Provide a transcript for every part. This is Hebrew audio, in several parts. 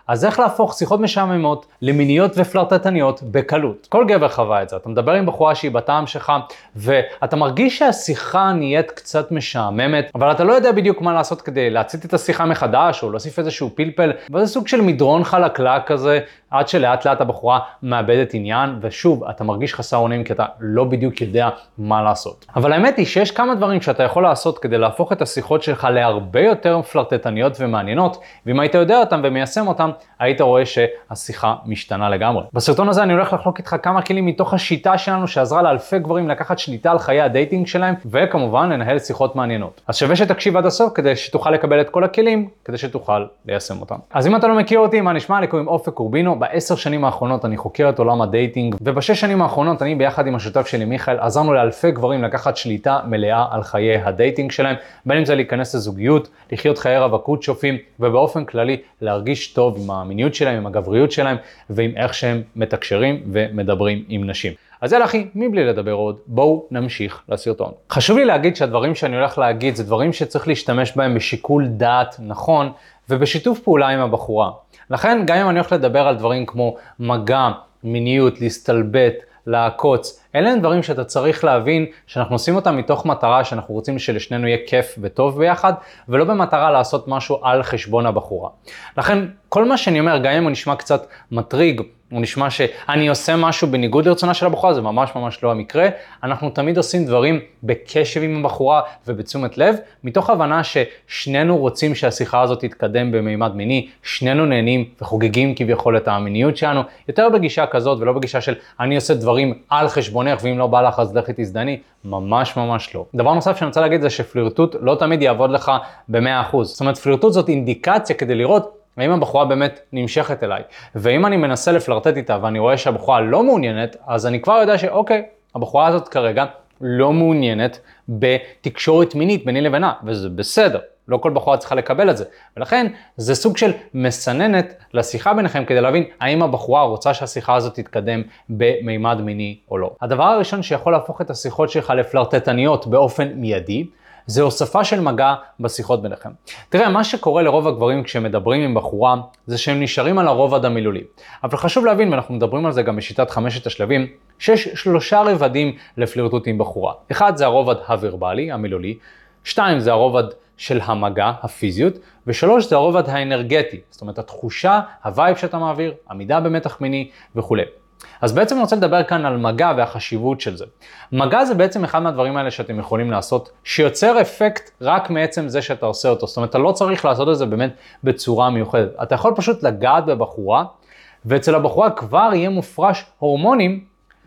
אז איך להפוך שיחות משעממות למיניות ופלרטטניות בקלות? כל גבר חווה את זה. אתה מדבר עם בחורה שהיא בטעם שלך, ואתה מרגיש שהשיחה נהיית קצת משעממת, אבל אתה לא יודע בדיוק מה לעשות כדי להצית את השיחה מחדש, או להוסיף איזשהו פלפל, וזה סוג של מדרון חלקלק כזה, עד שלאט לאט הבחורה מאבדת עניין, ושוב, אתה מרגיש חסר אונים כי אתה לא בדיוק יודע מה לעשות. אבל האמת היא שיש כמה דברים שאתה יכול לעשות כדי להפוך את השיחות שלך להרבה יותר פלרטטניות ומעניינות, ואם היית יודע אותם ומיישם אותם, היית רואה שהשיחה משתנה לגמרי. בסרטון הזה אני הולך לחלוק איתך כמה כלים מתוך השיטה שלנו שעזרה לאלפי גברים לקחת שליטה על חיי הדייטינג שלהם, וכמובן לנהל שיחות מעניינות. אז שווה שתקשיב עד הסוף כדי שתוכל לקבל את כל הכלים, כדי שתוכל ליישם אותם. אז אם אתה לא מכיר אותי, מה נשמע? לי קוראים אופק קורבינו. ב10 שנים האחרונות אני חוקר את עולם הדייטינג, וב6 שנים האחרונות אני ביחד עם השותף שלי מיכאל עזרנו לאלפי גברים לקחת שליטה מלאה על חיי הדייטינג שלהם, בין אם זה להיכנס לזוגיות, לחיות חיי רווקות שופים, ובאופן כללי להרגיש טוב עם המיניות שלהם, עם הגבריות שלהם, ועם איך שהם מתקשרים ומדברים עם נשים. אז יאללה אחי, מבלי לדבר עוד, בואו נמשיך לסרטון. חשוב לי להגיד שהדברים שאני הולך להגיד זה דברים שצריך להשתמש בהם בשיקול דעת נכון, ובשיתוף פעולה עם הבחורה. לכן גם אם אני הולך לדבר על דברים כמו מגע, מיניות, להסתלבט, לעקוץ, אלה הם דברים שאתה צריך להבין שאנחנו עושים אותם מתוך מטרה שאנחנו רוצים שלשנינו יהיה כיף וטוב ביחד, ולא במטרה לעשות משהו על חשבון הבחורה. לכן כל מה שאני אומר, גם אם הוא נשמע קצת מטריג, הוא נשמע שאני עושה משהו בניגוד לרצונה של הבחורה, זה ממש לא המקרה. אנחנו תמיד עושים דברים בקשב עם הבחורה ובתשומת לב, מתוך הבנה ששנינו רוצים שהשיחה הזאת תתקדם במימד מיני, שנינו נהנים וחוגגים כביכול את המיניות שלנו, יותר בגישה כזאת ולא בגישה של אני עושה דברים על חשבונך ואם לא בא לך אז לכי תזדני, ממש לא. דבר נוסף שאני רוצה להגיד זה שפלירטוט לא תמיד יעבוד לך ב100%. זאת אומרת, פלירטוט זאת אינדיקציה כדי לראות האם הבחורה באמת נמשכת אליי. ואם אני מנסה לפלרטט איתה ואני רואה שהבחורה לא מעוניינת, אז אני כבר יודע שאוקיי, הבחורה הזאת כרגע לא מעוניינת בתקשורת מינית ביני לבינה, וזה בסדר. לא כל בחורה צריכה לקבל את זה. ולכן זה סוג של מסננת לשיחה ביניכם כדי להבין האם הבחורה רוצה שהשיחה הזאת תתקדם במימד מיני או לא. הדבר הראשון שיכול להפוך את השיחות שלך לפלרטטניות באופן מיידי, זה הוספה של מגע בשיחות ביניכם. תראה, מה שקורה לרוב הגברים כשמדברים עם בחורה, זה שהם נשארים על הרובד המילולי. אבל חשוב להבין, ואנחנו מדברים על זה גם בשיטת 5 השלבים, שיש 3 רבדים לפלירטוט עם בחורה. 1 זה הרובד הוורבלי, המילולי, 2 זה הרובד של המגע, הפיזיות, ו3 זה הרובד האנרגטי, זאת אומרת התחושה, הווייב שאתה מעביר, עמידה במתח מיני וכו'. אז בעצם אני רוצה לדבר כאן על מגע והחשיבות של זה. מגע זה בעצם אחד מהדברים האלה שאתם יכולים לעשות, שיוצר אפקט רק מעצם זה שאתה עושה אותו. זאת אומרת, אתה לא צריך לעשות את זה באמת בצורה מיוחדת. אתה יכול פשוט לגעת בבחורה, ואצל הבחורה כבר יהיה מופרש הורמונים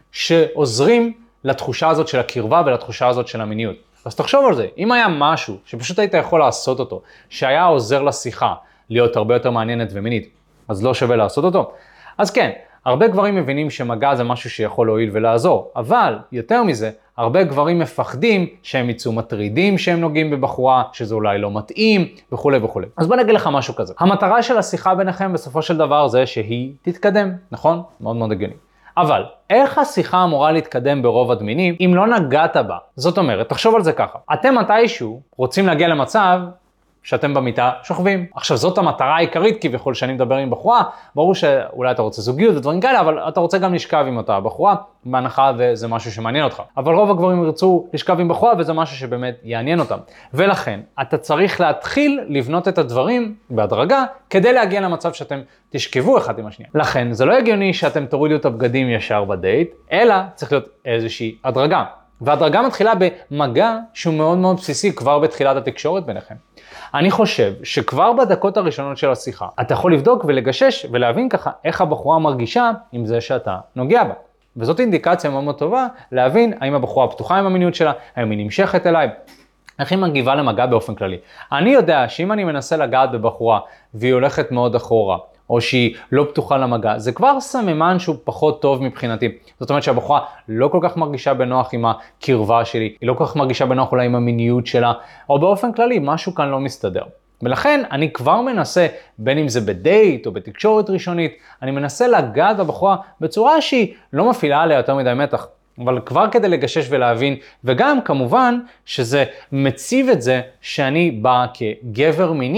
שעוזרים לתחושה הזאת של הקרבה ולתחושה הזאת של המיניות. אז תחשוב על זה, אם היה משהו שפשוט היית יכול לעשות אותו, שהיה עוזר לשיחה להיות הרבה יותר מעניינת ומינית, אז לא שווה לעשות אותו. אז כן, הרבה גברים מבינים שמגע זה משהו שיכול להועיל ולעזור, אבל יותר מזה, הרבה גברים מפחדים שהם יצאו מטרידים שהם נוגעים בבחורה, שזה אולי לא מתאים וכו'. אז בוא נגיד לך משהו כזה. המטרה של השיחה ביניכם בסופו של דבר זה שהיא תתקדם, נכון? מאוד הגיוני. אבל איך השיחה אמורה להתקדם ברובד מיני אם לא נגעת בה? זאת אומרת, תחשוב על זה ככה. אתם מתישהו רוצים להגיע למצב שאתם במיטה שוכבים. עכשיו זאת המטרה העיקרית כביכול שאני מדבר עם בחורה, ברור שאולי אתה רוצה זוגיות ודברים כאלה, אבל אתה רוצה גם לשכב עם אותה בחורה, בהנחה וזה משהו שמעניין אותך. אבל רוב הגברים ירצו לשכב עם בחורה וזה משהו שבאמת יעניין אותם. ולכן אתה צריך להתחיל לבנות את הדברים בהדרגה, כדי להגיע למצב שאתם תשכבו אחד עם השנייה. לכן זה לא הגיוני שאתם תורידו את הבגדים ישר בדייט, אלא צריך להיות איזושהי הדרגה. והדרגה מתחילה במגע שהוא מאוד בסיסי כבר בתחילת התקשורת ביניכם. אני חושב שכבר בדקות הראשונות של השיחה, אתה יכול לבדוק ולגשש ולהבין ככה איך הבחורה מרגישה עם זה שאתה נוגע בה. וזאת אינדיקציה מאוד טובה להבין האם הבחורה פתוחה עם המיניות שלה, האם היא נמשכת אליי, איך היא מגיבה למגע באופן כללי. אני יודע שאם אני מנסה לגעת בבחורה והיא הולכת מאוד אחורה, או שהיא לא פתוחה למגע, זה כבר סממן שהוא פחות טוב מבחינתי. זאת אומרת שהבחורה לא כל כך מרגישה בנוח עם הקרבה שלי, היא לא כל כך מרגישה בנוח אולי עם המיניות שלה, או באופן כללי, משהו כאן לא מסתדר. ולכן אני כבר מנסה, בין אם זה בדייט או בתקשורת ראשונית, אני מנסה לגעת בבחורה בצורה שהיא לא מפעילה עליה יותר מדי מתח. אבל כבר כדי לגשש ולהבין, וגם כמובן שזה מציב את זה שאני בא כגבר מיני,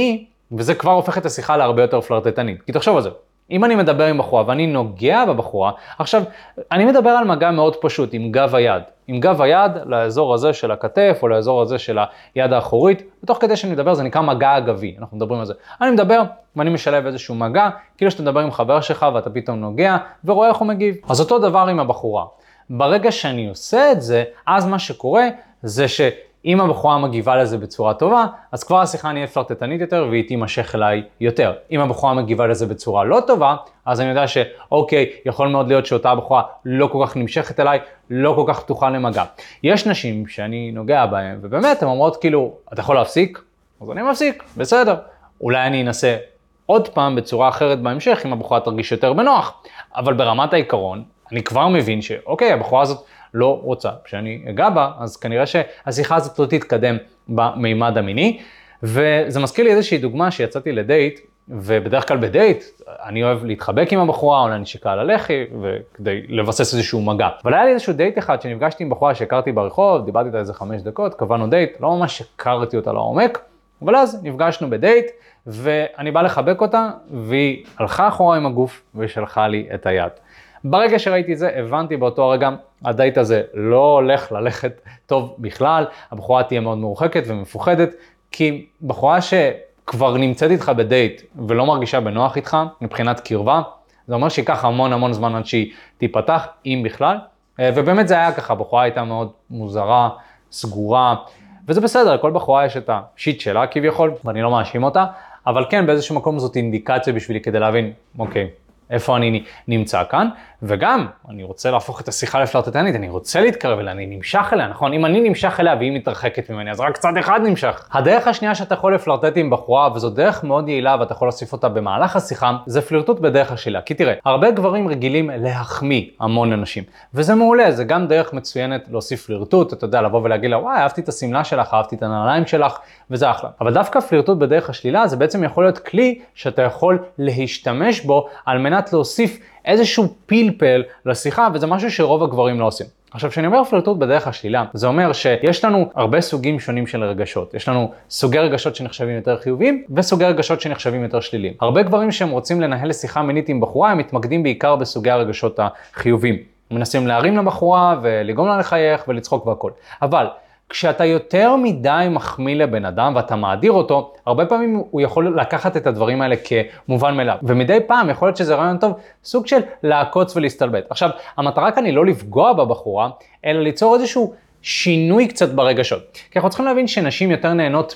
וזה כבר הופך את השיחה להרבה יותר פלרטטנית. כי תחשוב על זה, אם אני מדבר עם בחורה ואני נוגע בבחורה, עכשיו, אני מדבר על מגע מאוד פשוט, עם גב היד. עם גב היד לאזור הזה של הכתף, או לאזור הזה של היד האחורית, ותוך כדי שאני מדבר זה נקרא מגע אגבי, אנחנו מדברים על זה. אני מדבר ואני משלב איזשהו מגע, כאילו שאתה מדבר עם חבר שלך ואתה פתאום נוגע, ורואה איך הוא מגיב. אז אותו דבר עם הבחורה. ברגע שאני עושה את זה, אז מה שקורה זה אם הבחורה מגיבה לזה בצורה טובה, אז כבר השיחה נהיה פלרטטנית יותר והיא תימשך אליי יותר. אם הבחורה מגיבה לזה בצורה לא טובה, אז אני יודע שאוקיי, יכול מאוד להיות שאותה הבחורה לא כל כך נמשכת אליי, לא כל כך פתוחה למגע. יש נשים שאני נוגע בהן, ובאמת הן אומרות כאילו, אתה יכול להפסיק? אז אני מפסיק, בסדר. אולי אני אנסה עוד פעם בצורה אחרת בהמשך, אם הבחורה תרגיש יותר בנוח. אבל ברמת העיקרון, אני כבר מבין שאוקיי, הבחורה הזאת לא רוצה שאני אגע בה, אז כנראה שהשיחה הזאת לא תתקדם במימד המיני, וזה מזכיר לי איזושהי דוגמה שיצאתי לדייט, ובדרך כלל בדייט אני אוהב להתחבק עם הבחורה, או להנשיקה על הלחי, וכדי לבסס איזשהו מגע. אבל היה לי איזשהו דייט אחד שנפגשתי עם בחורה שהכרתי ברחוב, דיברתי איתה איזה 5 דקות, קבענו דייט, לא ממש הכרתי אותה לעומק, אבל אז נפגשנו בדייט, ואני בא לחבק אותה, והיא הלכה אחורה עם הגוף, ושלחה לי את היד. ברגע שראיתי את זה, הבנתי באותו הרגע, הדייט הזה לא הולך ללכת טוב בכלל, הבחורה תהיה מאוד מרוחקת ומפוחדת, כי בחורה שכבר נמצאת איתך בדייט ולא מרגישה בנוח איתך, מבחינת קרבה, זה אומר שייקח המון זמן עד שהיא תיפתח, אם בכלל, ובאמת זה היה ככה, בחורה הייתה מאוד מוזרה, סגורה, וזה בסדר, לכל בחורה יש את השיט שלה כביכול, ואני לא מאשים אותה, אבל כן, באיזשהו מקום זאת אינדיקציה בשבילי כדי להבין, אוקיי, איפה אני נמצא כאן, וגם אני רוצה להפוך את השיחה לפלרטטנית, אני רוצה להתקרב אליה, אני נמשך אליה, נכון? אם אני נמשך אליה והיא מתרחקת ממני, אז רק צד אחד נמשך. הדרך השנייה שאתה יכול לפלרטט עם בחורה, וזו דרך מאוד יעילה ואתה יכול להוסיף אותה במהלך השיחה, זה פלירטוט בדרך השלילה. כי תראה, הרבה גברים רגילים להחמיא המון אנשים, וזה מעולה, זה גם דרך מצוינת להוסיף פלירטוט, אתה יודע, לבוא ולהגיד לה, וואי, אהבתי את השמלה שלך, אהבתי את הנעליים שלך, וזה אחלה. אבל דווקא פלירטוט בדרך השלילה, זה בעצם יכול להיות כלי שאתה יכול להשתמש בו על מנת להוסיף איזשהו פלפל לשיחה, וזה משהו שרוב הגברים לא עושים. עכשיו, כשאני אומר פלירטוט בדרך השלילה, זה אומר שיש לנו הרבה סוגים שונים של רגשות. יש לנו סוגי רגשות שנחשבים יותר חיוביים, וסוגי רגשות שנחשבים יותר שליליים. הרבה גברים שהם רוצים לנהל שיחה מינית עם בחורה, הם מתמקדים בעיקר בסוגי הרגשות החיוביים. הם מנסים להרים לבחורה ולגרום לה לחייך ולצחוק והכל. אבל כשאתה יותר מדי מחמיא לבן אדם ואתה מאדיר אותו, הרבה פעמים הוא יכול לקחת את הדברים האלה כמובן מאליו. ומדי פעם יכול להיות שזה רעיון טוב, סוג של לעקוץ ולהסתלבט. עכשיו, המטרה כאן היא לא לפגוע בבחורה, אלא ליצור איזשהו שינוי קצת ברגשות. כי אנחנו צריכים להבין שנשים יותר נהנות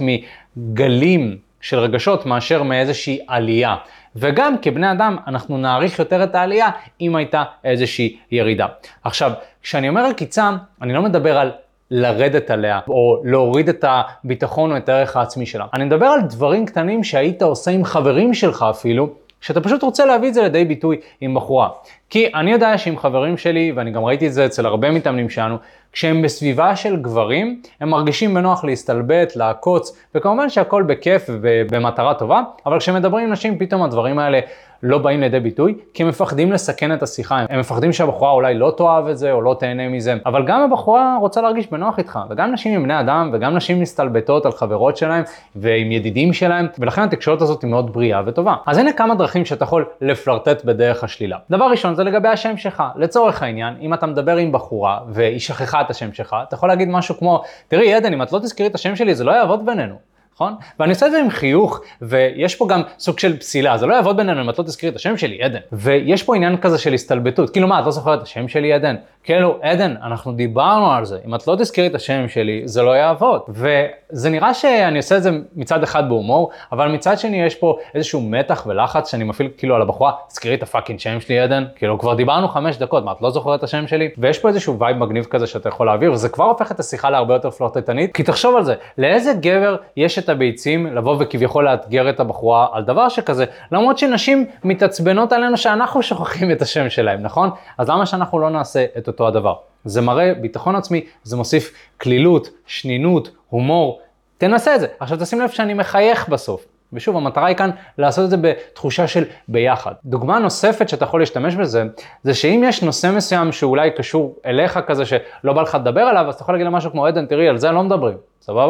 מגלים של רגשות מאשר מאיזושהי עלייה. וגם כבני אדם אנחנו נעריך יותר את העלייה אם הייתה איזושהי ירידה. עכשיו, כשאני אומר עקיצה, אני לא מדבר על לרדת עליה, או להוריד את הביטחון או את הערך העצמי שלה. אני מדבר על דברים קטנים שהיית עושה עם חברים שלך אפילו, שאתה פשוט רוצה להביא את זה לידי ביטוי עם בחורה. כי אני יודע שעם חברים שלי, ואני גם ראיתי את זה אצל הרבה מתאמנים שלנו, כשהם בסביבה של גברים, הם מרגישים בנוח להסתלבט, לעקוץ, וכמובן שהכל בכיף ובמטרה טובה, אבל כשמדברים עם נשים, פתאום הדברים האלה לא באים לידי ביטוי, כי הם מפחדים לסכן את השיחה, הם מפחדים שהבחורה אולי לא תאהב את זה או לא תהנה מזה, אבל גם הבחורה רוצה להרגיש בנוח איתך, וגם נשים עם בני אדם, וגם נשים מסתלבטות על חברות שלהם, ועם ידידים שלהם, ולכן התקשורת הזאת היא מאוד בריאה וטובה. אז הנה כמה דרכים שאתה יכול לפלרטט בדרך השלילה. דבר ראשון זה לגבי השם שלך. לצורך העניין, אם אתה מדבר עם בחורה והיא שכחה את השם שלך, אתה יכול להגיד משהו כמו, תראי עדן, אם את לא תזכירי את השם שלי, זה לא יעבוד בינינו. נכון? ואני עושה את זה עם חיוך, ויש פה גם סוג של פסילה, זה לא יעבוד בינינו אם את לא תזכירי את השם שלי, עדן. ויש פה עניין כזה של הסתלבטות, כאילו מה, את לא זוכרת את השם שלי, עדן? כאילו, עדן, אנחנו דיברנו על זה, אם את לא תזכירי את השם שלי, זה לא יעבוד. וזה נראה שאני עושה את זה מצד אחד בהומור, אבל מצד שני יש פה איזשהו מתח ולחץ שאני מפעיל כאילו על הבחורה, תזכירי את הפאקינג שם שלי, עדן, כאילו כבר דיברנו 5 דקות, מה, את לא זוכרת את השם שלי? ויש פה איזשהו וייב מגניב כזה שאתה יכול להעביר, וזה כבר הופך את השיחה להרבה יותר פלרטטנית, כי תחשוב על זה, לאיזה גבר יש את הביצים לבוא וכביכול לאתגר את הבחורה על דבר שכזה, למרות שנשים מתעצבנות עלינו שאנחנו שוכחים את השם שלהם, נכון? אז למה שאנחנו לא נעשה את אותו הדבר? זה מראה ביטחון עצמי, זה מוסיף כלילות, שנינות, הומור, תנסה את זה. עכשיו תשים לב שאני מחייך בסוף. ושוב, המטרה היא כאן לעשות את זה בתחושה של ביחד. דוגמה נוספת שאתה יכול להשתמש בזה, זה שאם יש נושא מסוים שאולי קשור אליך כזה שלא בא לך לדבר עליו, אז אתה יכול להגיד לה משהו כמו, עדן, תראי, על זה לא מדברים, סבבה?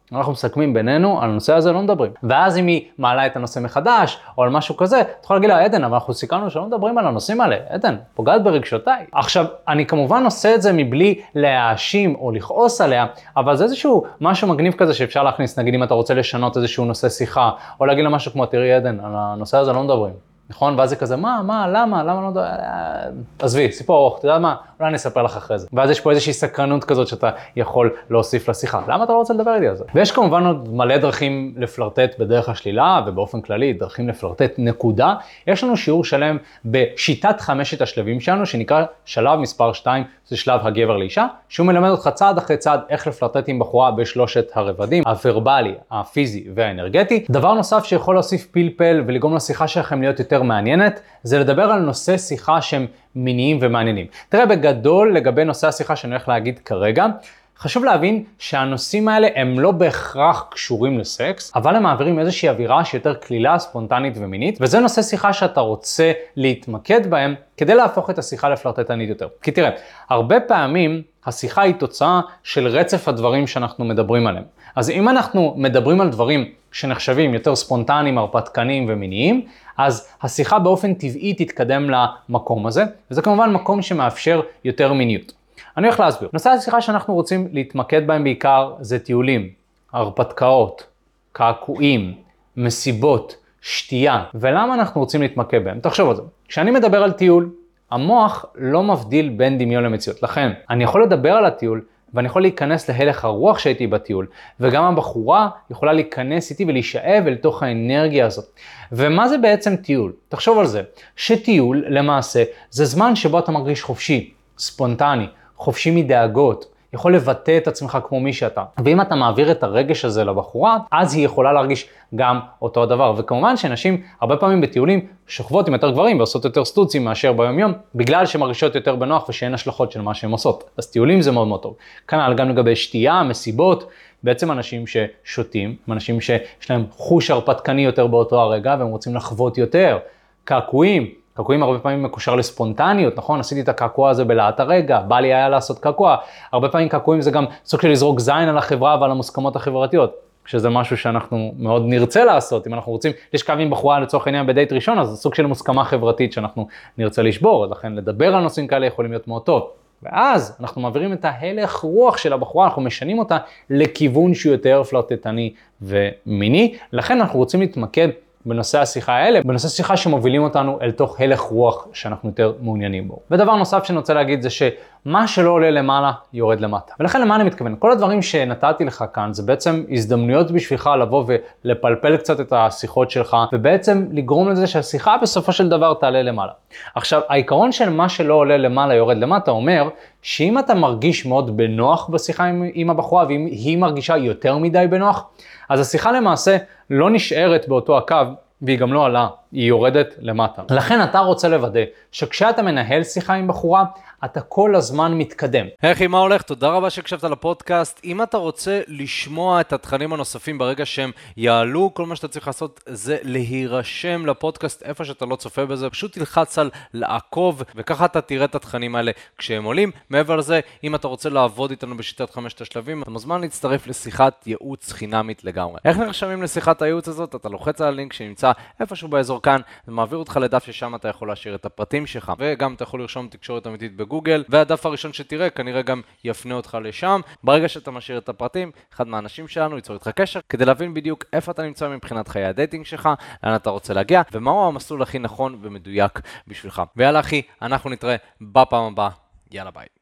אנחנו מסכמים בינינו, על הנושא הזה לא מדברים. ואז אם היא מעלה את הנושא מחדש, או על משהו כזה, אתה יכול להגיד לה, עדן, אבל אנחנו סיכמנו שלא מדברים על הנושאים האלה. עדן, פוגעת ברגשותיי. עכשיו, אני כמובן עושה את זה מבלי להאשים או לכעוס עליה, אבל זה איזשהו משהו מגניב כזה שאפשר להכניס, נגיד אם אתה רוצה לשנות איזשהו נושא שיחה, או להגיד לה משהו כמו, תראי עדן, על הנושא הזה לא מדברים. נכון? ואז זה כזה, למה לא יודע, עזבי, סיפור ארוך, אתה יודע מה? אולי אני אספר לך אחרי זה. ואז יש פה איזושהי סקרנות כזאת שאתה יכול להוסיף לשיחה. למה אתה לא רוצה לדבר איתי על זה? ויש כמובן עוד מלא דרכים לפלרטט בדרך השלילה, ובאופן כללי, דרכים לפלרטט נקודה. יש לנו שיעור שלם בשיטת 5 השלבים שלנו, שנקרא שלב מספר 2, זה שלב הגבר לאישה, שהוא מלמד אותך צעד אחרי צעד איך לפלרטט עם בחורה בשלושת הרבדים, הוורבלי, הפיזי והאנרגטי. דבר נוסף שיכול להוסיף פלפל ולגרום לשיחה שלכם להיות יותר מעניינת, זה לדבר על נושא שיחה שהם מיניים ומעניינים. תראה, בגדול, לגבי נושא השיחה שאני הולך להגיד כרגע, חשוב להבין שהנושאים האלה הם לא בהכרח קשורים לסקס, אבל הם מעבירים איזושהי אווירה שיותר כלילה, ספונטנית ומינית, וזה נושא שיחה שאתה רוצה להתמקד בהם כדי להפוך את השיחה לפלרטטנית יותר. כי תראה, הרבה פעמים השיחה היא תוצאה של רצף הדברים שאנחנו מדברים עליהם. אז אם אנחנו מדברים על דברים שנחשבים יותר ספונטניים, הרפתקניים ומיניים, אז השיחה באופן טבעי תתקדם למקום הזה, וזה כמובן מקום שמאפשר יותר מיניות. אני הולך להסביר. נושא השיחה שאנחנו רוצים להתמקד בהם בעיקר זה טיולים, הרפתקאות, קעקועים, מסיבות, שתייה. ולמה אנחנו רוצים להתמקד בהם? תחשוב על זה. כשאני מדבר על טיול, המוח לא מבדיל בין דמיון למציאות. לכן, אני יכול לדבר על הטיול, ואני יכול להיכנס להלך הרוח שהייתי בטיול, וגם הבחורה יכולה להיכנס איתי ולהישאב אל תוך האנרגיה הזאת. ומה זה בעצם טיול? תחשוב על זה, שטיול למעשה זה זמן שבו אתה מרגיש חופשי, ספונטני, חופשי מדאגות, יכול לבטא את עצמך כמו מי שאתה. ואם אתה מעביר את הרגש הזה לבחורה, אז היא יכולה להרגיש גם אותו הדבר. וכמובן שנשים הרבה פעמים בטיולים שוכבות עם יותר גברים ועושות יותר סטוצים מאשר ביום יום, בגלל שהן מרגישות יותר בנוח ושאין השלכות של מה שהן עושות. אז טיולים זה מאוד מאוד טוב. כנ"ל גם לגבי שתייה, מסיבות, בעצם אנשים ששותים, אנשים שיש להם חוש הרפתקני יותר באותו הרגע והם רוצים לחוות יותר, קעקועים. קעקועים הרבה פעמים מקושר לספונטניות, נכון? עשיתי את הקעקוע הזה בלהט הרגע, בא לי היה לעשות קעקוע. הרבה פעמים קעקועים זה גם סוג של לזרוק זין על החברה ועל המוסכמות החברתיות, שזה משהו שאנחנו מאוד נרצה לעשות. אם אנחנו רוצים לשכב עם בחורה לצורך העניין בדייט ראשון, אז זה סוג של מוסכמה חברתית שאנחנו נרצה לשבור, לכן לדבר על נושאים כאלה יכולים להיות מאוד טוב. ואז אנחנו מעבירים את ההלך רוח של הבחורה, אנחנו משנים אותה לכיוון שהוא יותר פלרטטני ומיני, לכן אנחנו רוצים להתמקד בנושא השיחה האלה, בנושא שיחה שמובילים אותנו אל תוך הלך רוח שאנחנו יותר מעוניינים בו. ודבר נוסף שאני רוצה להגיד זה שמה שלא עולה למעלה יורד למטה. ולכן למה אני מתכוון? כל הדברים שנתתי לך כאן זה בעצם הזדמנויות בשבילך לבוא ולפלפל קצת את השיחות שלך, ובעצם לגרום לזה שהשיחה בסופו של דבר תעלה למעלה. עכשיו, העיקרון של מה שלא עולה למעלה יורד למטה אומר שאם אתה מרגיש מאוד בנוח בשיחה עם הבחורה, ואם היא מרגישה יותר מדי בנוח, אז השיחה למעשה לא נשארת באותו הקו, והיא גם לא עלה, היא יורדת למטה. לכן אתה רוצה לוודא שכשאתה מנהל שיחה עם בחורה, אתה כל הזמן מתקדם. היי, מה הולך? תודה רבה שהקשבת לפודקאסט. אם אתה רוצה לשמוע את התכנים הנוספים ברגע שהם יעלו, כל מה שאתה צריך לעשות זה להירשם לפודקאסט איפה שאתה לא צופה בזה. פשוט תלחץ על לעקוב, וככה אתה תראה את התכנים האלה כשהם עולים. מעבר לזה, אם אתה רוצה לעבוד איתנו בשיטת 5 השלבים, אתה מוזמן להצטרף לשיחת ייעוץ חינמית לגמרי. איך נרשמים לשיחת הייעוץ הזאת? אתה לוחץ על הלינק שנמצא איפשהו באזור כאן, זה מעביר אותך לדף ששם אתה יכול להשאיר את הפרטים שלך, וגם אתה יכול לרשום תקשורת אמיתית בגוגל, והדף הראשון שתראה כנראה גם יפנה אותך לשם. ברגע שאתה משאיר את הפרטים, אחד מהאנשים שלנו ייצור איתך קשר, כדי להבין בדיוק איפה אתה נמצא מבחינת חיי הדייטינג שלך, לאן אתה רוצה להגיע, ומהו המסלול הכי נכון ומדויק בשבילך. ויאללה אחי, אנחנו נתראה בפעם הבאה. יאללה ביי.